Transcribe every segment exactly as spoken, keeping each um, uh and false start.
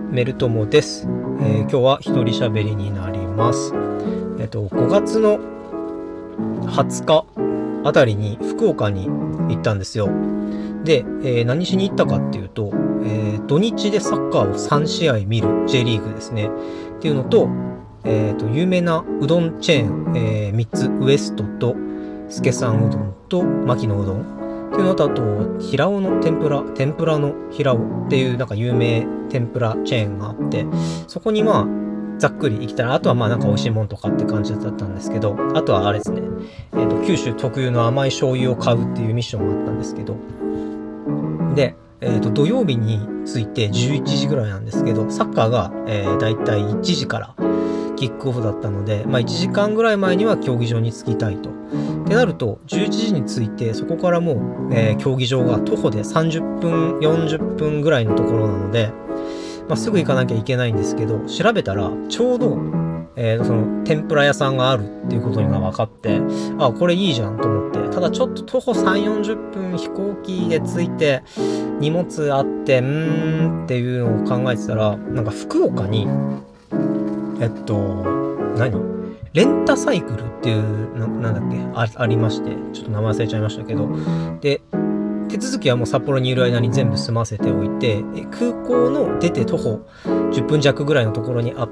メルトモです。えー、今日は一人喋りになります。えっとごがつのはつかあたりに福岡に行ったんですよ。で、えー、何しに行ったかっていうと、えー、土日でサッカーをさんしあい見る J リーグですねっていうのと、えー、と有名なうどんチェーン、えー、みっつ、ウエストと助さんうどんと牧野うどんっていうのと、あと平尾の天ぷら天ぷらの平尾っていうなんか有名天ぷらチェーンがあって、そこにまあざっくり行きたら、あとはまあなんか美味しいもんとかって感じだったんですけど、あとはあれですね、えー、と九州特有の甘い醤油を買うっていうミッションがあったんですけど、で、えー、と土曜日に着いてじゅういちじぐらいなんですけど、サッカーが、えー、だいたいいちじからキックオフだったので、まあ、いちじかんぐらい前には競技場に着きたいと。ってなるとじゅういちじに着いて、そこからもう、えー、競技場が徒歩でさんじゅっぷんよんじゅっぷんぐらいのところなので、まあ、すぐ行かなきゃいけないんですけど、調べたらちょうど、えー、その天ぷら屋さんがあるっていうことが分かって、あ、これいいじゃんと思って。ただちょっと徒歩さんじゅうよんじゅっぷん飛行機で着いて荷物あってうーんっていうのを考えてたら、なんか福岡にえっと何レンタサイクルっていうな、なんだっけ あ, ありまして、ちょっと名前忘れちゃいましたけど、で手続きはもう札幌にいる間に全部済ませておいて、空港の出て徒歩じゅっぷん弱ぐらいのところにあって、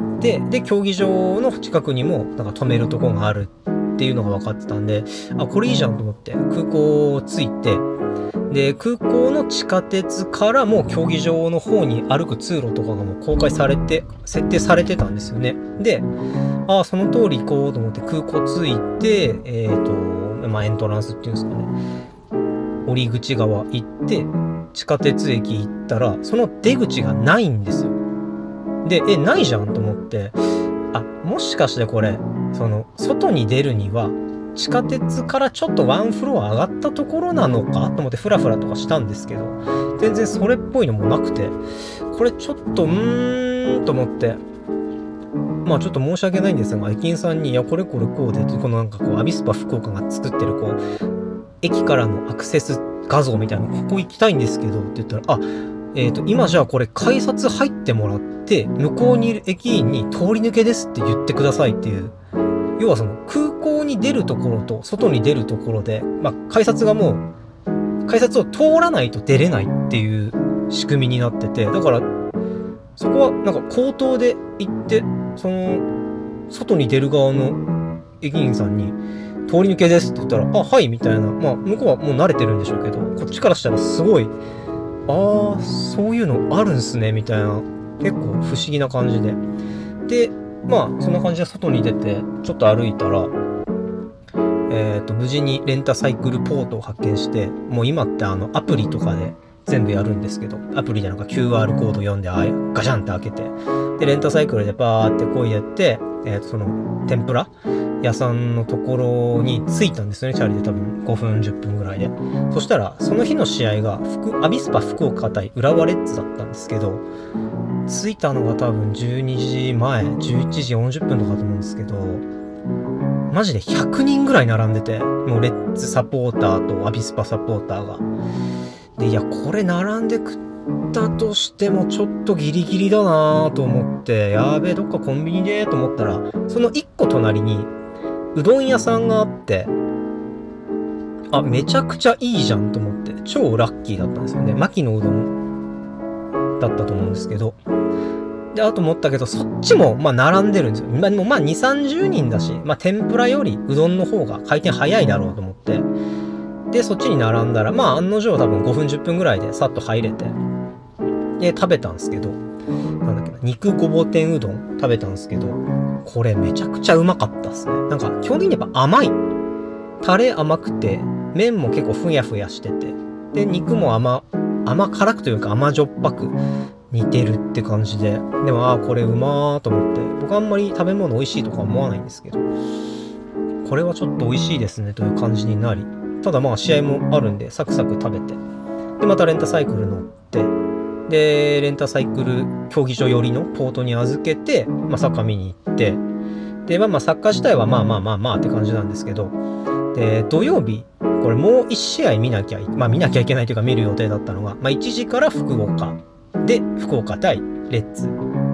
で競技場の近くにもなんか止めるところがあるっていうのが分かってたんで、あ、これいいじゃんと思って空港着いて、で空港の地下鉄からもう競技場の方に歩く通路とかがもう公開されて設定されてたんですよね。で、ああその通り行こうと思って空港着いて、えーとまあエントランスっていうんですかね、降り口側行って地下鉄駅行ったら、その出口がないんですよ。で、え、ないじゃんと思って、あ、もしかしてこれその外に出るには地下鉄からちょっとワンフロア上がったところなのかと思ってフラフラとかしたんですけど、全然それっぽいのもなくて、これちょっとうーんと思って、まあちょっと申し訳ないんですが、駅員さんに、いやこれこれこうで、このなんかこうアビスパ福岡が作ってるこう駅からのアクセス画像みたいな、ここ行きたいんですけどって言ったら、あ、えっと今じゃあこれ改札入ってもらって向こうにいる駅員に通り抜けですって言ってくださいっていう、要はその空港に出るところと外に出るところで、まあ改札がもう改札を通らないと出れないっていう仕組みになってて、だからそこはなんか口頭で行って、その外に出る側の駅員さんに通り抜けですって言ったら、あ、はいみたいな、まあ向こうはもう慣れてるんでしょうけど、こっちからしたらすごい、ああそういうのあるんすねみたいな、結構不思議な感じで、でまあそんな感じで外に出てちょっと歩いたら、えっと無事にレンタサイクルポートを発見して、もう今ってあのアプリとかで全部やるんですけど、アプリでなんか キューアール コード読んで、あガシャンって開けて、でレンタサイクルでバーってこいやって、えー、とその天ぷら屋さんのところに着いたんですよね、チャリで多分ごふんじゅっぷんぐらいで。そしたらその日の試合が福アビスパ福岡対浦和レッズだったんですけど、着いたのが多分じゅうにじまえじゅういちじよんじゅっぷんとかだと思うんですけど、マジでひゃくにんぐらい並んでて、もうレッズサポーターとアビスパサポーターがで、いやこれ並んで食ったとしてもちょっとギリギリだなと思って、やべえどっかコンビニでと思ったら、そのいっこ隣にうどん屋さんがあって、あ、めちゃくちゃいいじゃんと思って、超ラッキーだったんですよね。牧野うどんだったと思うんですけど、であと思ったけど、そっちもまあ並んでるんですよ。まあでもまあにじゅうさんじゅうにんだし、まあ天ぷらよりうどんの方が回転早いだろうと思って、でそっちに並んだら、まあ案の定多分ごふんじゅっぷんぐらいでさっと入れて、で食べたんですけど、なんだっけな、肉ごぼ天うどん食べたんですけど、これめちゃくちゃうまかったっすね。なんか基本的にやっぱ甘い、タレ甘くて麺も結構ふやふやしてて、で肉も甘甘辛くというか甘じょっぱく似てるって感じで、でもあーこれうまーと思って、僕あんまり食べ物美味しいとか思わないんですけど、これはちょっと美味しいですねという感じになり、ただまあ試合もあるんでサクサク食べて、でまたレンタサイクル乗って、でレンタサイクル競技場寄りのポートに預けて、まあ、サッカー見に行って、でまあまあサッカー自体はまあまあまあまあって感じなんですけど、で土曜日これもういち試合見なきゃまあ見なきゃいけないというか見る予定だったのが、まあ、いちじから福岡で福岡対レッズ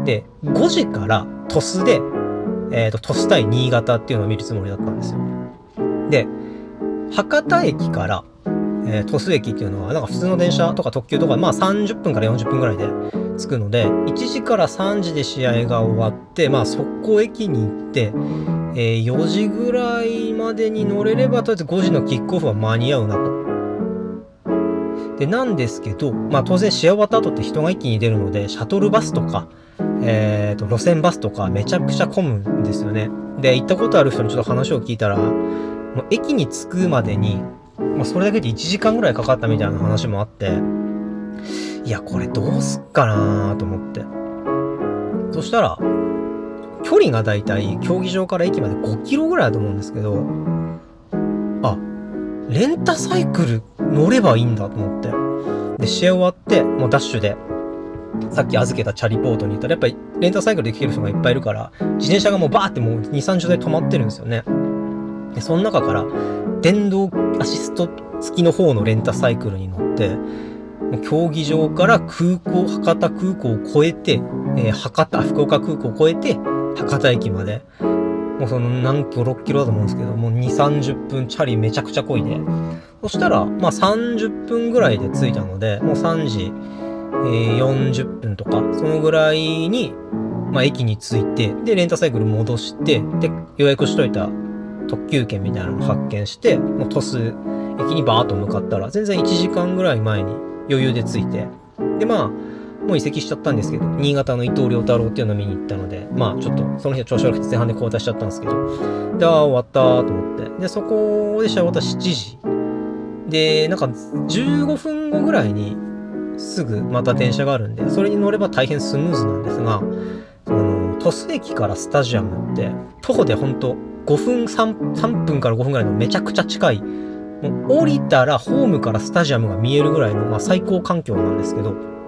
で、ごじから鳥栖で、えっと、鳥栖対新潟っていうのを見るつもりだったんですよ。で、博多駅から、えー、鳥栖駅っていうのは、なんか普通の電車とか特急とか、まあさんじゅっぷんからよんじゅっぷんぐらいで着くので、いちじからさんじで試合が終わって、まあ速攻駅に行って、えー、よじぐらいまでに乗れれば、とりあえずごじのキックオフは間に合うなと。で、なんですけど、まあ当然試合終わった後って人が一気に出るので、シャトルバスとか、えっと、路線バスとかめちゃくちゃ混むんですよね。で、行ったことある人にちょっと話を聞いたら、もう駅に着くまでに、まあそれだけでいちじかんぐらいかかったみたいな話もあって、いや、これどうすっかなと思って。そしたら、距離がだいたい競技場から駅までごキロぐらいだと思うんですけど、あ、レンタサイクル乗ればいいんだと思って。で、試合終わって、もうダッシュで、さっき預けたチャリポートに行ったら、やっぱりレンタサイクルできる人がいっぱいいるから、自転車がもうバーってもうに、さんじゅうだい止まってるんですよね。で、その中から、電動アシスト付きの方のレンタサイクルに乗って、もう競技場から空港、博多空港を越えて、えー、博多、福岡空港を越えて、博多駅まで、もうその何キロ、ろっキロだと思うんですけど、もうに、さんじゅっぷんチャリめちゃくちゃ漕いで、そしたら、まあさんじゅっぷんぐらいで着いたので、もうさんじ、えー、よんじゅっぷんとか、そのぐらいに、まあ駅に着いて、で、レンタサイクル戻して、で、予約しといた特急券みたいなのを発見して、もう鳥栖駅にバーッと向かったら、全然いちじかんぐらい前に余裕で着いて、で、まあ、もう移籍しちゃったんですけど、新潟の伊藤良太郎っていうのを見に行ったので、まあちょっとその日は調子悪くて前半で交代しちゃったんですけど、で、ああ、終わったーと思って。で、そこで試合終わったしちじ。で、なんかじゅうごふんごぐらいにすぐまた電車があるんで、それに乗れば大変スムーズなんですが、その、鳥栖駅からスタジアムって、徒歩でほんとごふん、さん、さんぷんからごふんぐらいのめちゃくちゃ近い、もう降りたらホームからスタジアムが見えるぐらいの、まあ、最高環境なんですけど、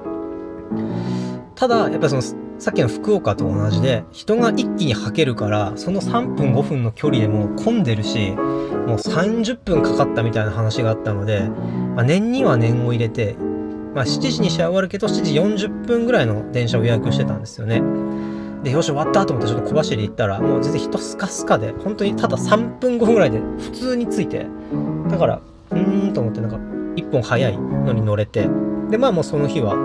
ただ、やっぱりその、さっきの福岡と同じで、人が一気にはけるから、そのさんぷんごふんの距離でもう混んでるし、もうさんじゅっぷんかかったみたいな話があったので、まあ、念には念を入れて、まあしちじに試合終わるけど、しちじよんじゅっぷんぐらいの電車を予約してたんですよね。で、よし終わったと思ってちょっと小走り行ったら、もう全然人スカスカで、本当にたださんぷんごふんぐらいで普通に着いて、だから、うーんと思ってなんか、一本早いのに乗れて、で、まあもうその日は、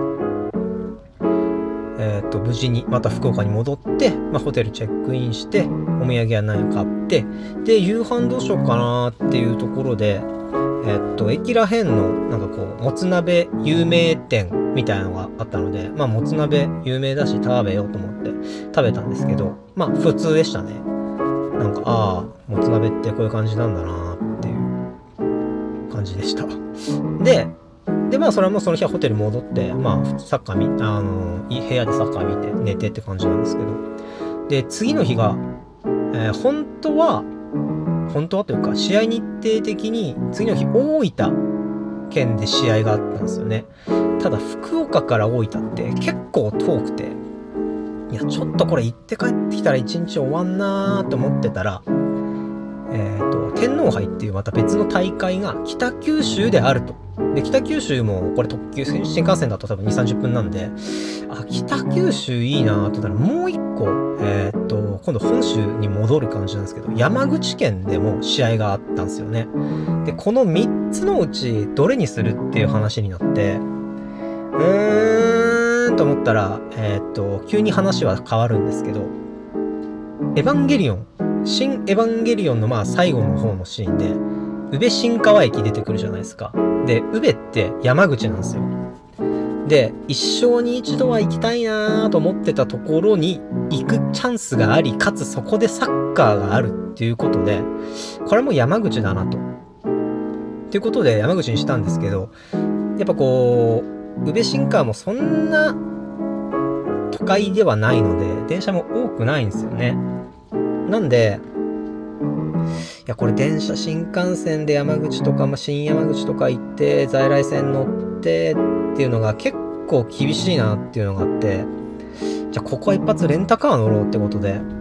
えっと、無事にまた福岡に戻って、まあ、ホテルチェックインして、お土産は何か買って、で、夕飯どうしようかなっていうところで、えっと、駅らへんの、なんかこう、もつ鍋有名店みたいなのがあったので、まあ、もつ鍋有名だし食べようと思って食べたんですけど、まあ、普通でしたね。なんか、ああ、もつ鍋ってこういう感じなんだなっていう感じでした。で、で、まあ、それはもうその日はホテル戻って、まあ、サッカー見、あの、部屋でサッカー見て寝てって感じなんですけど。で、次の日が、えー、本当は、本当はというか、試合日程的に、次の日、大分県で試合があったんですよね。ただ、福岡から大分って結構遠くて、いや、ちょっとこれ行って帰ってきたら一日終わんなーと思ってたら、えっと、天皇杯っていうまた別の大会が北九州であると。で、北九州もこれ特急、新幹線だと多分に、さんじゅっぷんなんで、あ、北九州いいなーって言ったらもう一個、えー、っと、今度本州に戻る感じなんですけど、山口県でも試合があったんですよね。で、このみっつのうちどれにするっていう話になって、うーんと思ったら、えー、っと、急に話は変わるんですけど、エヴァンゲリオン、新エヴァンゲリオンのまあ最後の方のシーンで、宇部新川駅出てくるじゃないですか。で、宇部って山口なんですよ。で、一生に一度は行きたいなーと思ってたところに行くチャンスがあり、かつそこでサッカーがあるっていうことで、これも山口だなと。っていうことで山口にしたんですけど、やっぱこう、宇部新川もそんな都会ではないので、電車も多くないんですよね。なんで、いや、これ電車新幹線で山口とか、まあ、新山口とか行って、在来線乗ってっていうのが結構厳しいなっていうのがあって、じゃあここは一発レンタカー乗ろうってことで、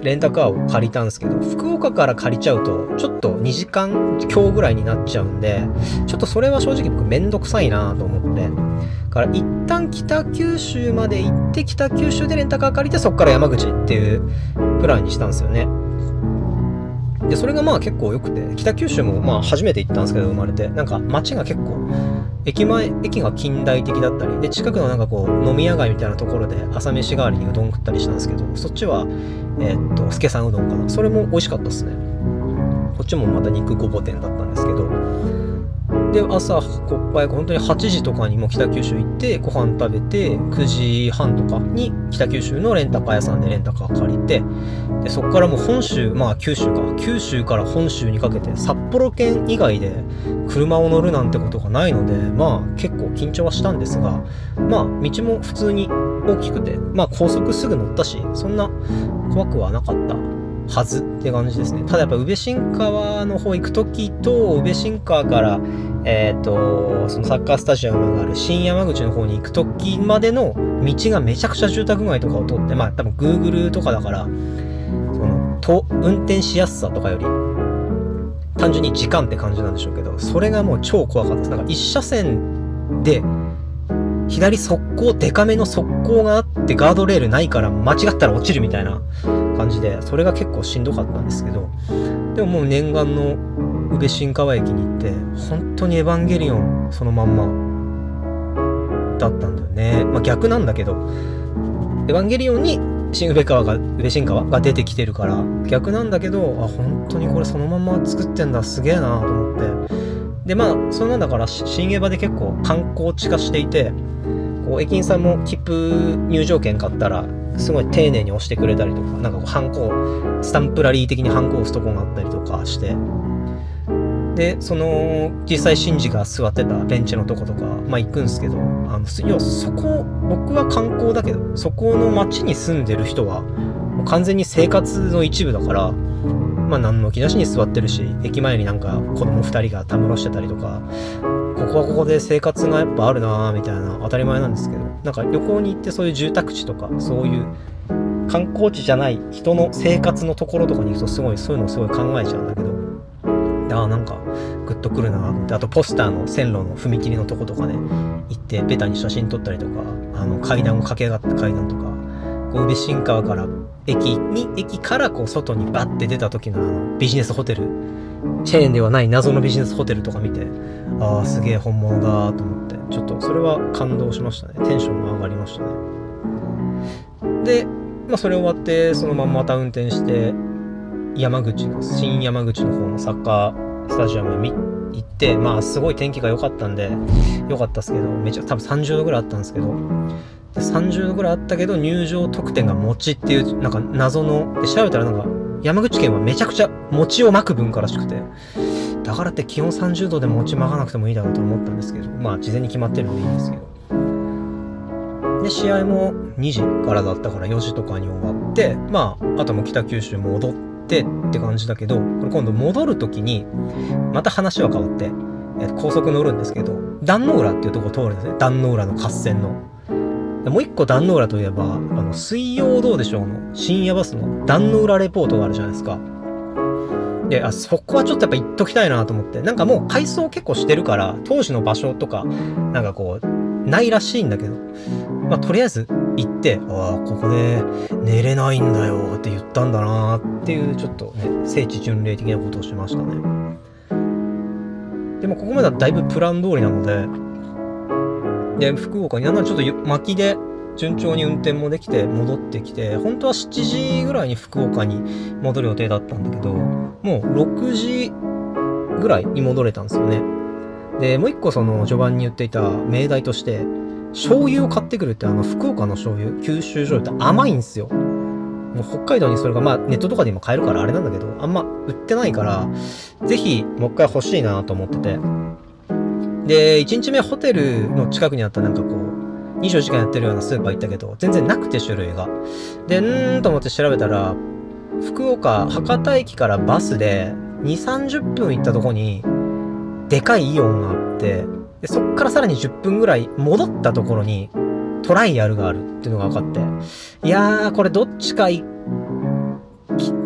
レンタカーを借りたんですけど、福岡から借りちゃうとちょっとにじかん強ぐらいになっちゃうんで、ちょっとそれは正直僕めんどくさいなと思って、から一旦北九州まで行って北九州でレンタカー借りてそっから山口っていうプランにしたんですよね。でそれがまあ結構良くて、北九州もまあ初めて行ったんですけど、生まれてなんか街が結構駅前駅が近代的だったりで、近くのなんかこう飲み屋街みたいなところで朝飯代わりにうどん食ったりしたんですけど、そっちはえー、っと助さんうどんかな、それも美味しかったですね。こっちもまた肉ごぼ天だったんですけど、で朝こっぱい本当にはちじとかにも北九州行ってご飯食べて、くじはんとかに北九州のレンタカー屋さんでレンタカー借りて、でそっからもう本州、まあ九州か九州から本州にかけて札幌圏以外で車を乗るなんてことがないので、まあ結構緊張はしたんですが、まあ道も普通に大きくて、まあ高速すぐ乗ったし、そんな怖くはなかったはずって感じですね。ただやっぱ宇部新川の方行く時と、宇部新川からえっとそのサッカースタジアムがある新山口の方に行く時までの道がめちゃくちゃ住宅街とかを通って、まあ多分 Google とかだから、そのと運転しやすさとかより単純に時間って感じなんでしょうけど、それがもう超怖かったです。なんか一車線で左側溝、デカめの側溝があってガードレールないから間違ったら落ちるみたいな感じで、それが結構しんどかったんですけど、でももう念願の宇部新川駅に行って本当にエヴァンゲリオンそのまんまだったんだよね。まあ逆なんだけど、エヴァンゲリオンに新宇部川が宇部新川が出てきてるから逆なんだけど、あ本当にこれそのまんま作ってんだ、すげえなと思って。でまあそんなんだから新エヴァで結構観光地化していて、こう駅員さんも切符入場券買ったらすごい丁寧に押してくれたりとか、なんかこうハンコスタンプラリー的にハンコ押すとこがあったりとかして、でその実際シンジが座ってたベンチのとことかまあ行くんですけど、あの要はそこ僕は観光だけど、そこの町に住んでる人はもう完全に生活の一部だから、まあ何の気なしに座ってるし、駅前になんか子供ふたりがたむろしてたりとか、ここはここで生活がやっぱあるなみたいな当たり前なんですけど、なんか旅行に行ってそういう住宅地とかそういう観光地じゃない人の生活のところとかに行くとすごいそういうのをすごい考えちゃうんだけど、ああなんかグッとくるなと思って、あとポスターの線路の踏切のとことかね行ってベタに写真撮ったりとか、あの階段を駆け上がった階段とか、宇部新川から駅に駅からこう外にバッて出た時のあのビジネスホテル、チェーンではない謎のビジネスホテルとか見て、ああすげえ本物だと思って、ちょっとそれは感動しましたね。テンションが上がりましたね。でまあそれ終わってそのまままた運転して山口の新山口の方のサッカースタジアムに行って、まあすごい天気が良かったんで良かったですけど、めちゃ多分さんじゅうどぐらいあったんですけど、でさんじゅうどぐらいあったけど入場特典が餅っていうなんか謎ので、調べたらなんか山口県はめちゃくちゃ餅をまく文化らしくて、だからって気温さんじゅうどで餅まかなくてもいいだろうと思ったんですけど、まあ事前に決まってるのでいいんですけど、で試合もにじからだったからよじとかに終わって、まああとも北九州戻ってって感じだけど、これ今度戻る時にまた話は変わって、えー、高速乗るんですけど、壇ノ浦っていうところ通るんですね。壇ノ浦の合戦のでもう一個壇ノ浦といえば、あの水曜どうでしょうの深夜バスの壇ノ浦レポートがあるじゃないですか。で、あそこはちょっとやっぱ行っときたいなと思って、なんかもう改装結構してるから当時の場所とかなんかこうないらしいんだけど、まあとりあえず行って、ああここで寝れないんだよって言ったんだなっていうちょっとね聖地巡礼的なことをしましたね。でもここまではだいぶプラン通りなので、で福岡になんならちょっと巻きで順調に運転もできて戻ってきて、本当はしちじぐらいに福岡に戻る予定だったんだけど、もうろくじぐらいに戻れたんですよね。でもう一個その序盤に言っていた命題として醤油を買ってくるって、あの福岡の醤油九州醤油って甘いんですよ。もう北海道にそれがまあネットとかでも買えるからあれなんだけど、あんま売ってないからぜひもう一回欲しいなと思ってて、でいちにちめホテルの近くにあったなんかこうにじゅうよじかんやってるようなスーパー行ったけど全然なくて種類が、でうーんと思って調べたら福岡博多駅からバスでにじゅうさんじゅっぷん行ったとこにでかいイオンがあって、でそっからさらにじゅっぷんぐらい戻ったところにトライアルがあるっていうのが分かって、いやーこれどっちか行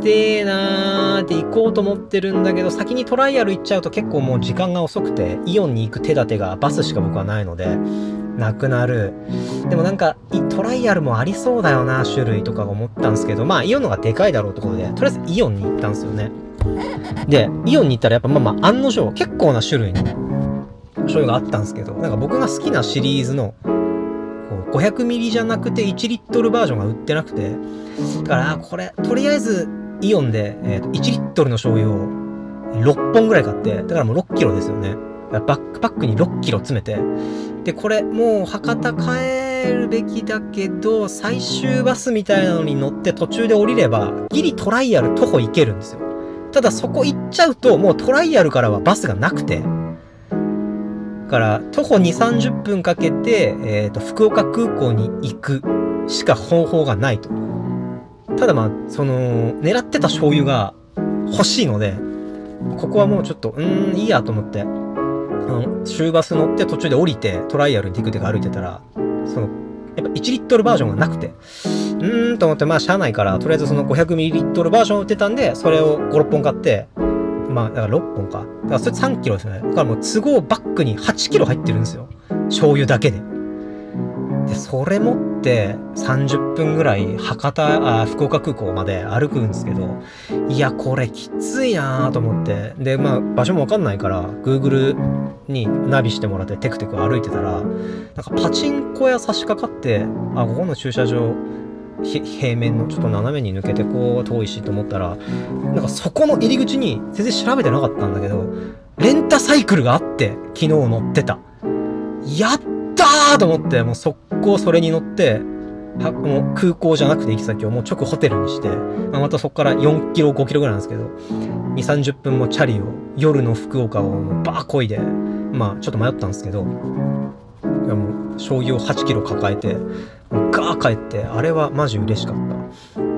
てーなーって行こうと思ってるんだけど、先にトライアル行っちゃうと結構もう時間が遅くて、イオンに行く手立てがバスしか僕はないので、なくなる。でもなんか、トライアルもありそうだよな、種類とか思ったんですけど、まあ、イオンのがでかいだろうってことで、とりあえずイオンに行ったんですよね。で、イオンに行ったらやっぱまあまあ、案の定、結構な種類の醤油があったんですけど、なんか僕が好きなシリーズの、ごひゃくミリ じゃなくていちリットルバージョンが売ってなくて、だから、これ、とりあえず、イオンで、えー、といちリットルの醤油をろっぽんぐらい買って、だからもうろっキロですよね。バックパックにろっキロ詰めて、で、これ、もう博多帰るべきだけど、最終バスみたいなのに乗って途中で降りれば、ギリトライアル徒歩行けるんですよ。ただそこ行っちゃうと、もうトライアルからはバスがなくて、だから徒歩にじゅうさんじゅっぷんかけて、えーと、福岡空港に行くしか方法がないと。ただまあ、その、狙ってた醤油が欲しいので、ここはもうちょっと、うーん、いいやと思って、あの、終バス乗って途中で降りて、トライアルにテクテク歩いてたら、その、やっぱいちリットルバージョンがなくて、うーんと思って、まあ、しゃあないから、とりあえずその ごひゃくミリリットル バージョン売ってたんで、それをご、ろっぽん買って、まあ、だからろっぽんか。だからそれさんキロですよね。だからもう都合バッグにはちキロ入ってるんですよ。醤油だけで。で、それ持ってさんじゅっぷんぐらい博多、あ、福岡空港まで歩くんですけど、いや、これきついなーと思って。で、まあ、場所もわかんないから、Google にナビしてもらってテクテク歩いてたら、なんかパチンコ屋差し掛かって、あ、ここの駐車場、平面のちょっと斜めに抜けてこう遠いしと思ったら、なんかそこの入り口に全然調べてなかったんだけど、レンタサイクルがあって、昨日乗ってた。やったーと思って、もう速攻それに乗って、はもう空港じゃなくて行き先をもう直ホテルにして、まあ、またそこからよんキロごキロぐらいなんですけど、にじゅうさんじゅっぷんもチャリを夜の福岡をバーこいで、まあちょっと迷ったんですけど、いやもう醤油をはちキロ抱えてガー帰って、あれはマジ嬉しかった。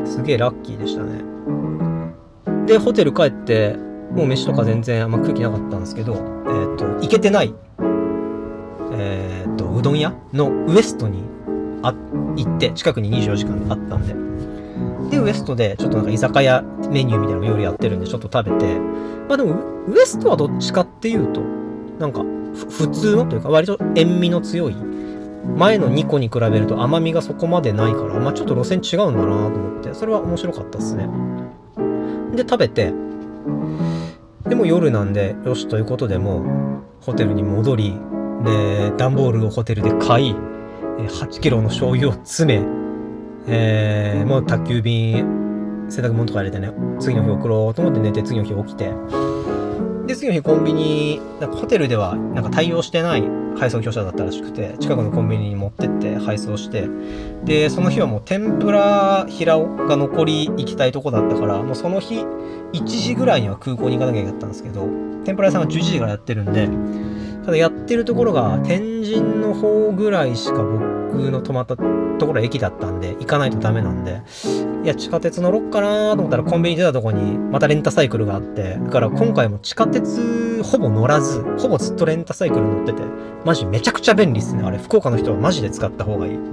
すげえラッキーでしたね。でホテル帰ってもう飯とか全然あんま空気なかったんですけど、えっ、ー、と行けてないえっ、ー、とうどん屋のウエストにあ行って、近くににじゅうよじかんあったんで、でウエストでちょっとなんか居酒屋メニューみたいなの夜やってるんでちょっと食べて、まあでもウエストはどっちかっていうとなんか普通のというか割と塩味の強い、前のにこに比べると甘みがそこまでないから、まあちょっと路線違うんだなと思って、それは面白かったっすね。で食べて、でも夜なんでよしということでもうホテルに戻り、で段ボールをホテルで買い、はちキロの醤油を詰め、えー、もう宅急便洗濯物とか入れてね、次の日送ろうと思って寝て、次の日起きて、で次の日コンビニ、なんかホテルではなんか対応してない配送業者だったらしくて、近くのコンビニに持ってって配送して、でその日はもう天ぷら平尾が残り行きたいとこだったから、もうその日いちじぐらいには空港に行かなきゃいけなかったんですけど、天ぷら屋さんがじゅういちじからやってるんで、ただやってるところが天神の方ぐらいしか僕の泊まったところは駅だったんで行かないとダメなんで、いや地下鉄乗ろっかなと思ったらコンビニ出たとこにまたレンタサイクルがあって、だから今回も地下鉄ほぼ乗らず、ほぼずっとレンタサイクル乗ってて、マジめちゃくちゃ便利っすね。あれ福岡の人はマジで使った方がいい。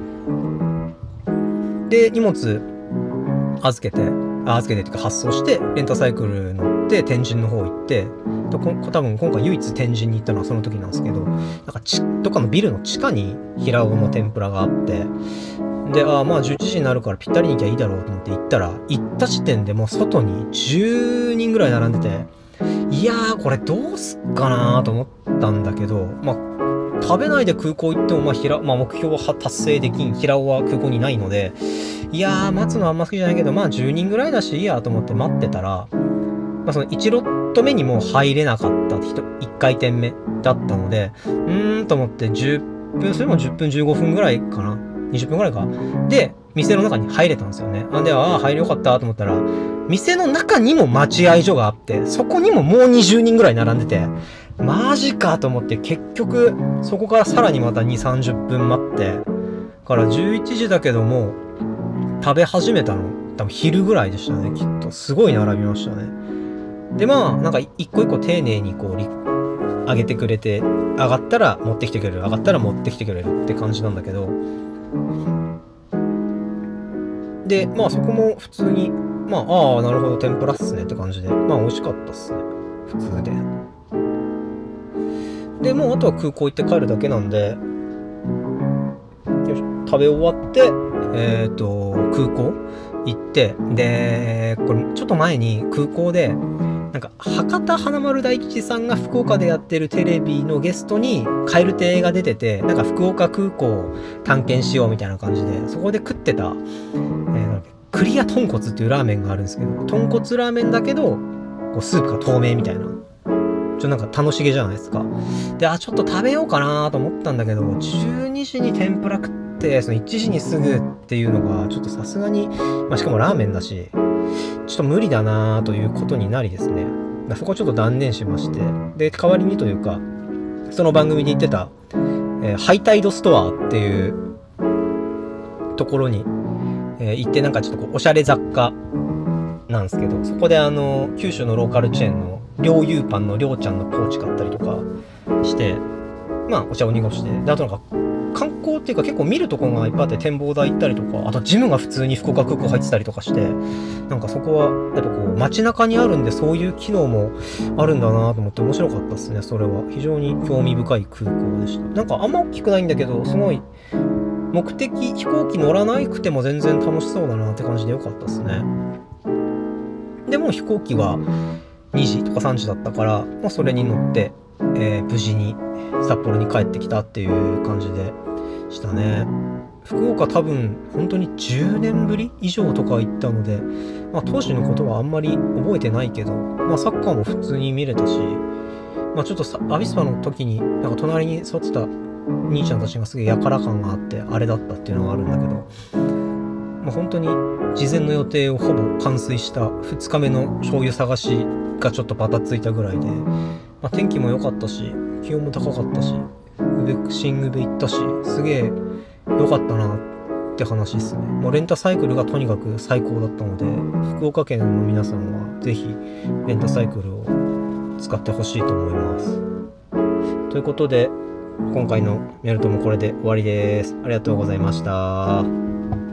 で荷物預けてあ預けてっていうか発送してレンタサイクル乗って天神の方行って、多分今回唯一天神に行ったのはその時なんですけど、なんかちどっかのビルの地下に平尾の天ぷらがあって、であまあじゅういちじになるからぴったりに行きゃいいだろうと思って行ったら、行った時点でもう外にじゅうにんぐらい並んでて、いやーこれどうすっかなーと思ったんだけど、まあ食べないで空港行ってもまあ平、まあ、目標は達成できん、平尾は空港にないので、いやー待つのはあんま好きじゃないけど、まあじゅうにんぐらいだしいいやと思って待ってたら、まあ、そのいちロット目にもう入れなかった人いっかいてんめだったので、うーんと思ってじゅっぷん、それもじゅっぷんじゅうごふんぐらいかな、にじゅっぷんぐらいかで店の中に入れたんですよね。なんでああ入れよかったと思ったら、店の中にも待合所があって、そこにももうにじゅうにんぐらい並んでて、マジかと思って、結局そこからさらにまたにじゅうさんじゅっぷん待ってからじゅういちじだけども食べ始めたの多分昼ぐらいでしたね。きっとすごい並びましたね。でまあなんか一個一個丁寧にこう上げてくれて、上がったら持ってきてくれる、上がったら持ってきてくれるって感じなんだけど、でまあそこも普通にまあ、ああ、なるほど、天ぷらっすねって感じで、まあ、美味しかったっすね。普通で。で、もうあとは空港行って帰るだけなんで、よし食べ終わって、えっと、空港行って、で、これちょっと前に空港で、なんか博多華丸大吉さんが福岡でやってるテレビのゲストに蛙亭が出てて、なんか福岡空港を探検しようみたいな感じで、そこで食ってた、えー、なんかクリア豚骨っていうラーメンがあるんですけど、豚骨ラーメンだけどこうスープが透明みたいな、ちょっとなんか楽しげじゃないですか。で、あ、ちょっと食べようかなと思ったんだけど、じゅうにじに天ぷら食ってそのいちじにすぐっていうのがちょっとさすがに、まあ、しかもラーメンだしちょっと無理だなということになりですね、そこはちょっと断念しまして、で代わりにというか、その番組で言ってた、えー、ハイタイドストアっていうところに、えー、行って、なんかちょっとこうおしゃれ雑貨なんですけど、そこであの九州のローカルチェーンの両友パンのりょうちゃんのポーチ買ったりとかして、まあお茶を濁して、であとなんか観光っていうか結構見るところがいっぱいあって、展望台行ったりとか、あとジムが普通に福岡空港入ってたりとかして、なんかそこはやっぱこう街中にあるんで、そういう機能もあるんだなと思って面白かったですね。それは非常に興味深い空港でした。なんかあんま大きくないんだけど、すごい目的、飛行機乗らなくても全然楽しそうだなって感じでよかったですね。でも飛行機はにじとかさんじだったから、まあ、それに乗って、えー、無事に札幌に帰ってきたっていう感じでしたね。福岡多分本当にじゅうねんぶり以上とか行ったので、まあ、当時のことはあんまり覚えてないけど、まあ、サッカーも普通に見れたし、まあ、ちょっとさアビスパの時になんか隣に座ってた兄ちゃんたちがすげえやから感があってあれだったっていうのがあるんだけど、まあ、本当に事前の予定をほぼ完遂したふつかめの醤油探しがちょっとバタついたぐらいで、まあ、天気も良かったし気温も高かったし、宇部新宇部行ったし、すげえ良かったなって話ですね。もうレンタサイクルがとにかく最高だったので、福岡県の皆さんはぜひレンタサイクルを使ってほしいと思います。ということで今回のメルトもこれで終わりです。ありがとうございました。